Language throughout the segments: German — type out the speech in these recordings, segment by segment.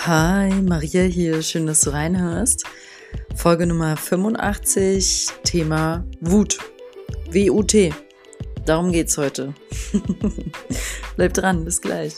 Hi, Maria hier, schön, dass du reinhörst. Folge Nummer 85, Thema Wut. W-U-T. Darum geht's heute. Bleib dran, bis gleich.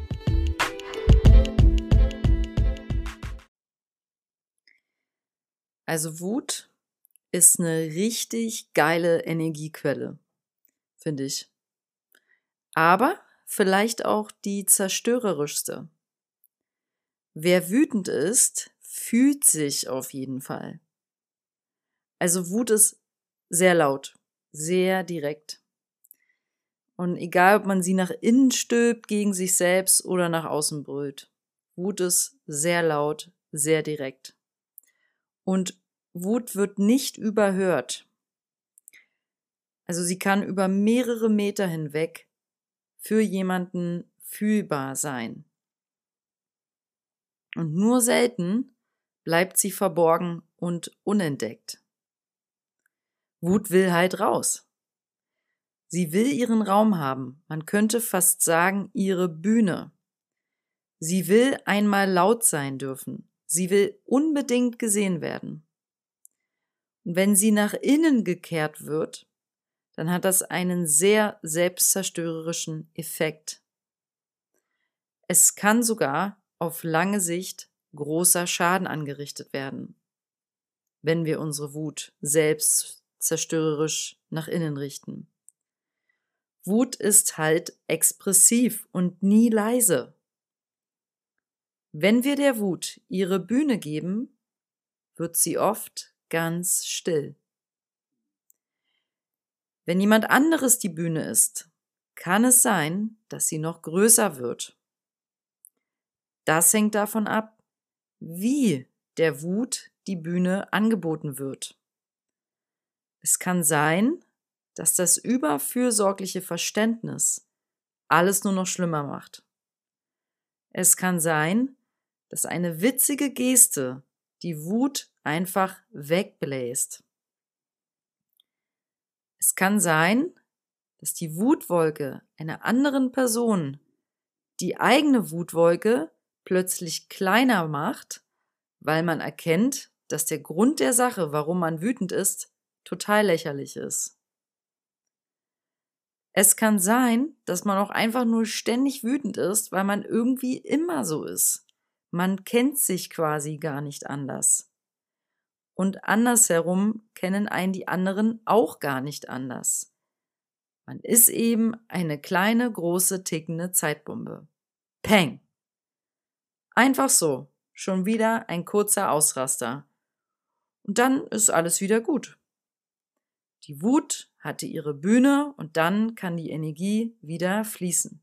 Also Wut ist eine richtig geile Energiequelle, finde ich. Aber vielleicht auch die zerstörerischste. Wer wütend ist, fühlt sich auf jeden Fall. Also Wut ist sehr laut, sehr direkt. Und egal, ob man sie nach innen stülpt, gegen sich selbst oder nach außen brüllt. Wut ist sehr laut, sehr direkt. Und Wut wird nicht überhört. Also sie kann über mehrere Meter hinweg für jemanden fühlbar sein. Und nur selten bleibt sie verborgen und unentdeckt. Wut will halt raus. Sie will ihren Raum haben, man könnte fast sagen, ihre Bühne. Sie will einmal laut sein dürfen. Sie will unbedingt gesehen werden. Und wenn sie nach innen gekehrt wird, dann hat das einen sehr selbstzerstörerischen Effekt. Es kann sogar auf lange Sicht großer Schaden angerichtet werden, wenn wir unsere Wut selbst zerstörerisch nach innen richten. Wut ist halt expressiv und nie leise. Wenn wir der Wut ihre Bühne geben, wird sie oft ganz still. Wenn jemand anderes die Bühne ist, kann es sein, dass sie noch größer wird. Das hängt davon ab, wie der Wut die Bühne angeboten wird. Es kann sein, dass das überfürsorgliche Verständnis alles nur noch schlimmer macht. Es kann sein, dass eine witzige Geste die Wut einfach wegbläst. Es kann sein, dass die Wutwolke einer anderen Person die eigene Wutwolke plötzlich kleiner macht, weil man erkennt, dass der Grund der Sache, warum man wütend ist, total lächerlich ist. Es kann sein, dass man auch einfach nur ständig wütend ist, weil man irgendwie immer so ist. Man kennt sich quasi gar nicht anders. Und andersherum kennen einen die anderen auch gar nicht anders. Man ist eben eine kleine, große, tickende Zeitbombe. Peng! Einfach so. Schon wieder ein kurzer Ausraster. Und dann ist alles wieder gut. Die Wut hatte ihre Bühne und dann kann die Energie wieder fließen.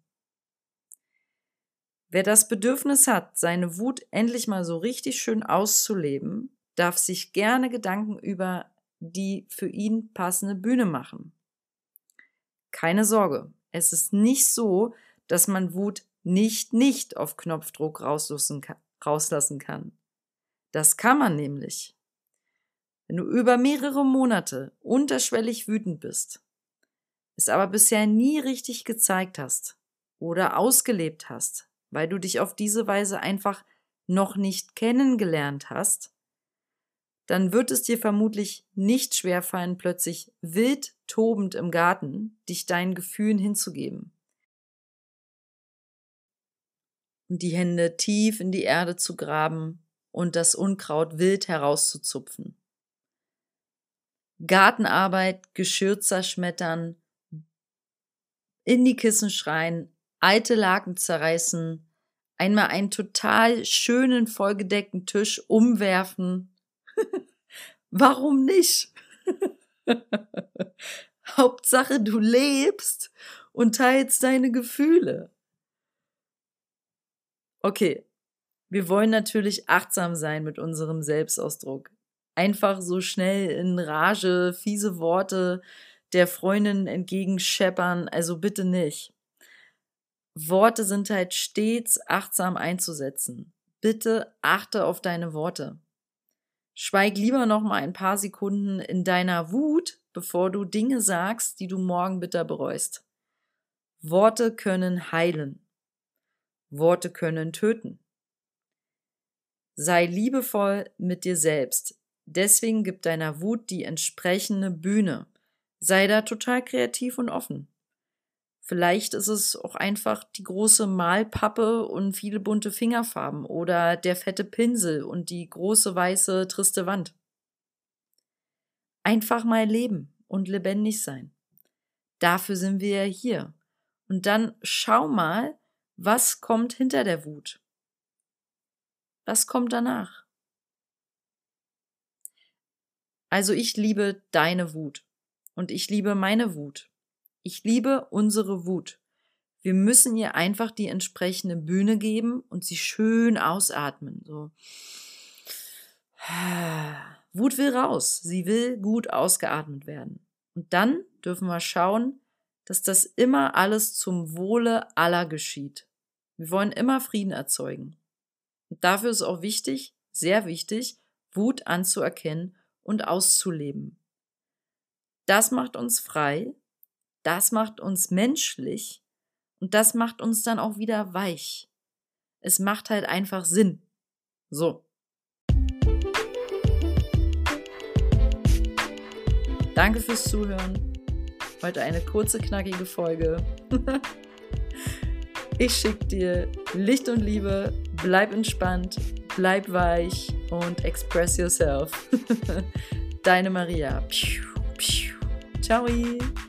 Wer das Bedürfnis hat, seine Wut endlich mal so richtig schön auszuleben, darf sich gerne Gedanken über die für ihn passende Bühne machen. Keine Sorge, es ist nicht so, dass man Wut nicht auf Knopfdruck rauslassen kann. Das kann man nämlich. Wenn du über mehrere Monate unterschwellig wütend bist, es aber bisher nie richtig gezeigt hast oder ausgelebt hast, weil du dich auf diese Weise einfach noch nicht kennengelernt hast, dann wird es dir vermutlich nicht schwerfallen, plötzlich wild tobend im Garten dich deinen Gefühlen hinzugeben und die Hände tief in die Erde zu graben und das Unkraut wild herauszuzupfen. Gartenarbeit, Geschirr zerschmettern, in die Kissen schreien, alte Laken zerreißen, einmal einen total schönen, vollgedeckten Tisch umwerfen. Warum nicht? Hauptsache, du lebst und teilst deine Gefühle. Okay, wir wollen natürlich achtsam sein mit unserem Selbstausdruck. Einfach so schnell in Rage, fiese Worte der Freundin entgegenscheppern, also bitte nicht. Worte sind halt stets achtsam einzusetzen. Bitte achte auf deine Worte. Schweig lieber noch mal ein paar Sekunden in deiner Wut, bevor du Dinge sagst, die du morgen bitter bereust. Worte können heilen. Worte können töten. Sei liebevoll mit dir selbst. Deswegen gib deiner Wut die entsprechende Bühne. Sei da total kreativ und offen. Vielleicht ist es auch einfach die große Malpappe und viele bunte Fingerfarben oder der fette Pinsel und die große weiße triste Wand. Einfach mal leben und lebendig sein. Dafür sind wir ja hier. Und dann schau mal, was kommt hinter der Wut? Was kommt danach? Also ich liebe deine Wut und ich liebe meine Wut. Ich liebe unsere Wut. Wir müssen ihr einfach die entsprechende Bühne geben und sie schön ausatmen. So. Wut will raus. Sie will gut ausgeatmet werden. Und dann dürfen wir schauen, dass das immer alles zum Wohle aller geschieht. Wir wollen immer Frieden erzeugen. Und dafür ist auch wichtig, sehr wichtig, Wut anzuerkennen und auszuleben. Das macht uns frei. Das macht uns menschlich und das macht uns dann auch wieder weich. Es macht halt einfach Sinn. So. Danke fürs Zuhören. Heute eine kurze, knackige Folge. Ich schicke dir Licht und Liebe. Bleib entspannt, bleib weich und express yourself. Deine Maria. Ciao.